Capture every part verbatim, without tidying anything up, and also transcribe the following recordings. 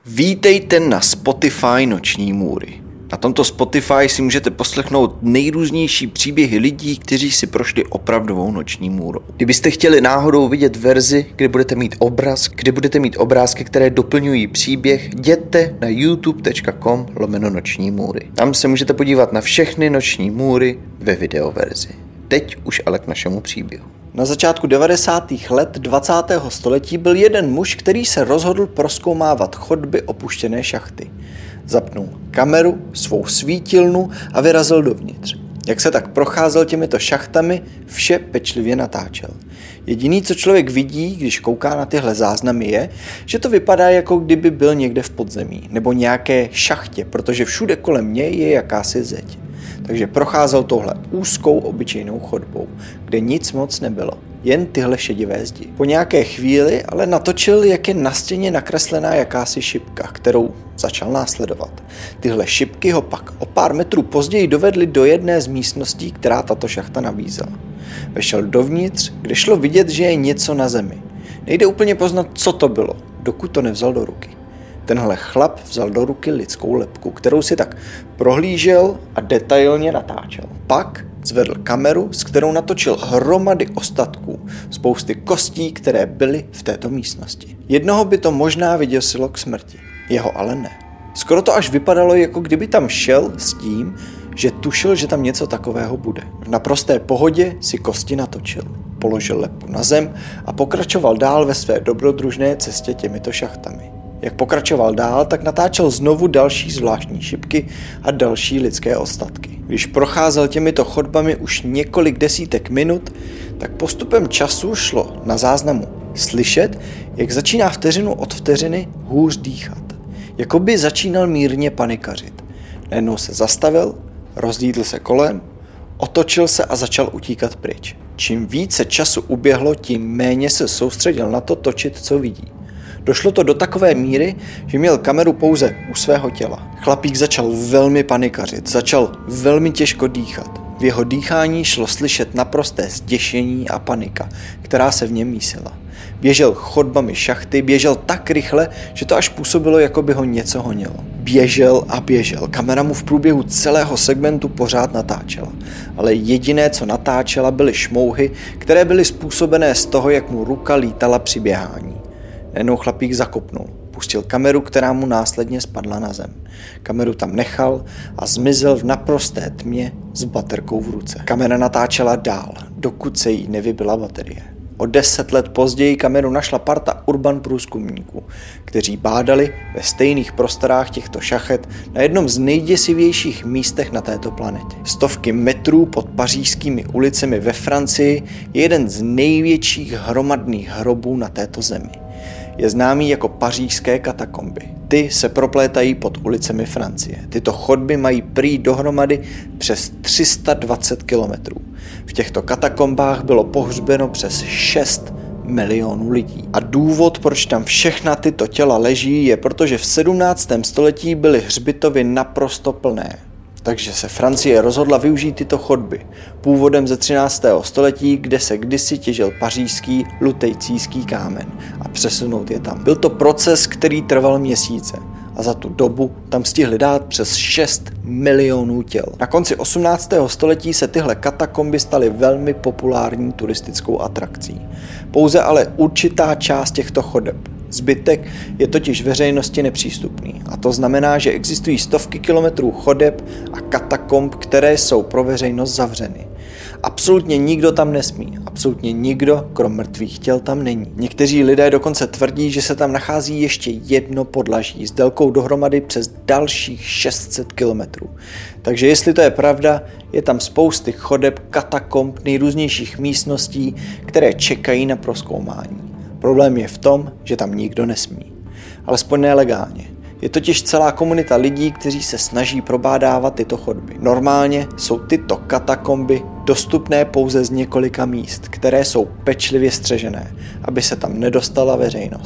Vítejte na Spotify Noční můry. Na tomto Spotify si můžete poslechnout nejrůznější příběhy lidí, kteří si prošli opravdovou noční můrou. Kdybyste chtěli náhodou vidět verzi, kde budete mít obraz, kde budete mít obrázky, které doplňují příběh, jděte na youtube tečka com lomeno noční můry. Tam se můžete podívat na všechny noční můry ve videoverzi. Teď už ale k našemu příběhu. Na začátku devadesátých let dvacátého století byl jeden muž, který se rozhodl prozkoumávat chodby opuštěné šachty. Zapnul kameru, svou svítilnu a vyrazil dovnitř. Jak se tak procházel těmito šachtami, vše pečlivě natáčel. Jediný, co člověk vidí, když kouká na tyhle záznamy, je, že to vypadá, jako kdyby byl někde v podzemí nebo nějaké šachtě, protože všude kolem něj je jakási zeď. Takže procházel touhle úzkou obyčejnou chodbou, kde nic moc nebylo, jen tyhle šedivé zdi. Po nějaké chvíli ale natočil, jak je na stěně nakreslená jakási šipka, kterou začal následovat. Tyhle šipky ho pak o pár metrů později dovedly do jedné z místností, která tato šachta nabízela. Vešel dovnitř, kde šlo vidět, že je něco na zemi. Nejde úplně poznat, co to bylo, dokud to nevzal do ruky. Tenhle chlap vzal do ruky lidskou lebku, kterou si tak prohlížel a detailně natáčel. Pak zvedl kameru, s kterou natočil hromady ostatků, spousty kostí, které byly v této místnosti. Jednoho by to možná vyděsilo k smrti, jeho ale ne. Skoro to až vypadalo, jako kdyby tam šel s tím, že tušil, že tam něco takového bude. V naprosté pohodě si kosti natočil, položil lebku na zem a pokračoval dál ve své dobrodružné cestě těmito šachtami. Jak pokračoval dál, tak natáčel znovu další zvláštní šipky a další lidské ostatky. Když procházel těmito chodbami už několik desítek minut, tak postupem času šlo na záznamu slyšet, jak začíná vteřinu od vteřiny hůř dýchat. Jako by začínal mírně panikařit. Najednou se zastavil, rozhlídl se kolem, otočil se a začal utíkat pryč. Čím více času uběhlo, tím méně se soustředil na to točit, co vidí. Došlo to do takové míry, že měl kameru pouze u svého těla. Chlapík začal velmi panikařit, začal velmi těžko dýchat. V jeho dýchání šlo slyšet naprosté zděšení a panika, která se v něm mísila. Běžel chodbami šachty, běžel tak rychle, že to až působilo, jako by ho něco honilo. Běžel a běžel, kamera mu v průběhu celého segmentu pořád natáčela. Ale jediné, co natáčela, byly šmouhy, které byly způsobené z toho, jak mu ruka lítala při běhání. Najednou chlapík zakopnul, pustil kameru, která mu následně spadla na zem. Kameru tam nechal a zmizel v naprosté tmě s baterkou v ruce. Kamera natáčela dál, dokud se jí nevybila baterie. O deset let později kameru našla parta urban průzkumníků, kteří bádali ve stejných prostorách těchto šachet na jednom z nejděsivějších místech na této planetě. Stovky metrů pod pařížskými ulicemi ve Francii je jeden z největších hromadných hrobů na této zemi. Je známý jako pařížské katakomby. Ty se proplétají pod ulicemi Francie. Tyto chodby mají prý dohromady přes tři sta dvacet kilometrů. V těchto katakombách bylo pohřbeno přes šest milionů lidí. A důvod, proč tam všechna tyto těla leží, je protože v sedmnáctém století byly hřbitovy naprosto plné. Takže se Francie rozhodla využít tyto chodby, původem ze třináctého století, kde se kdysi těžil pařížský lutejcijský kámen, a přesunout je tam. Byl to proces, který trval měsíce a za tu dobu tam stihli dát přes šest milionů těl. Na konci osmnáctého století se tyhle katakomby staly velmi populární turistickou atrakcí. Pouze ale určitá část těchto chodeb. Zbytek je totiž veřejnosti nepřístupný a to znamená, že existují stovky kilometrů chodeb a katakomb, které jsou pro veřejnost zavřeny. Absolutně nikdo tam nesmí, absolutně nikdo, krom mrtvých těl, tam není. Někteří lidé dokonce tvrdí, že se tam nachází ještě jedno podlaží s délkou dohromady přes dalších šest set kilometrů. Takže jestli to je pravda, je tam spousty chodeb, katakomb, nejrůznějších místností, které čekají na prozkoumání. Problém je v tom, že tam nikdo nesmí. Alespoň nelegálně. Je totiž celá komunita lidí, kteří se snaží probádávat tyto chodby. Normálně jsou tyto katakomby dostupné pouze z několika míst, které jsou pečlivě střežené, aby se tam nedostala veřejnost.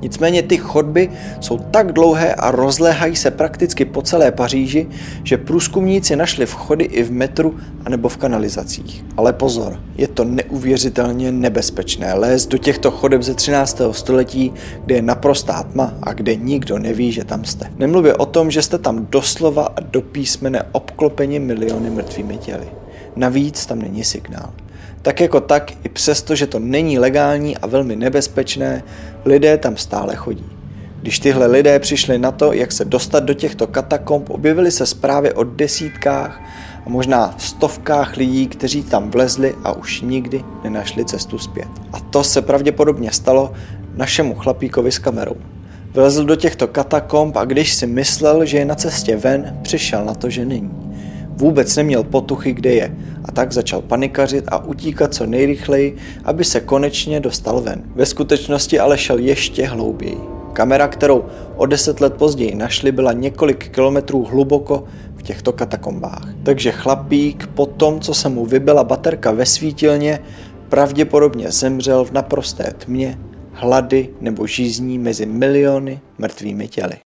Nicméně ty chodby jsou tak dlouhé a rozléhají se prakticky po celé Paříži, že průzkumníci našli vchody i v metru anebo v kanalizacích. Ale pozor, je to neuvěřitelně nebezpečné lézt do těchto chodeb ze třináctého století, kde je naprostá tma a kde nikdo neví, že tam jste. Nemluvě o tom, že jste tam doslova a do písmene obklopeni miliony mrtvými těly. Navíc tam není signál. Tak jako tak, i přesto, že to není legální a velmi nebezpečné, lidé tam stále chodí. Když tyhle lidé přišli na to, jak se dostat do těchto katakomb, objevily se zprávy o desítkách a možná stovkách lidí, kteří tam vlezli a už nikdy nenašli cestu zpět. A to se pravděpodobně stalo našemu chlapíkovi s kamerou. Vlezl do těchto katakomb a když si myslel, že je na cestě ven, přišel na to, že není. Vůbec neměl potuchy, kde je, a tak začal panikařit a utíkat co nejrychleji, aby se konečně dostal ven. Ve skutečnosti ale šel ještě hlouběji. Kamera, kterou o deset let později našli, byla několik kilometrů hluboko v těchto katakombách. Takže chlapík po tom, co se mu vybila baterka ve svítilně, pravděpodobně zemřel v naprosté tmě, hlady nebo žízní mezi miliony mrtvými těly.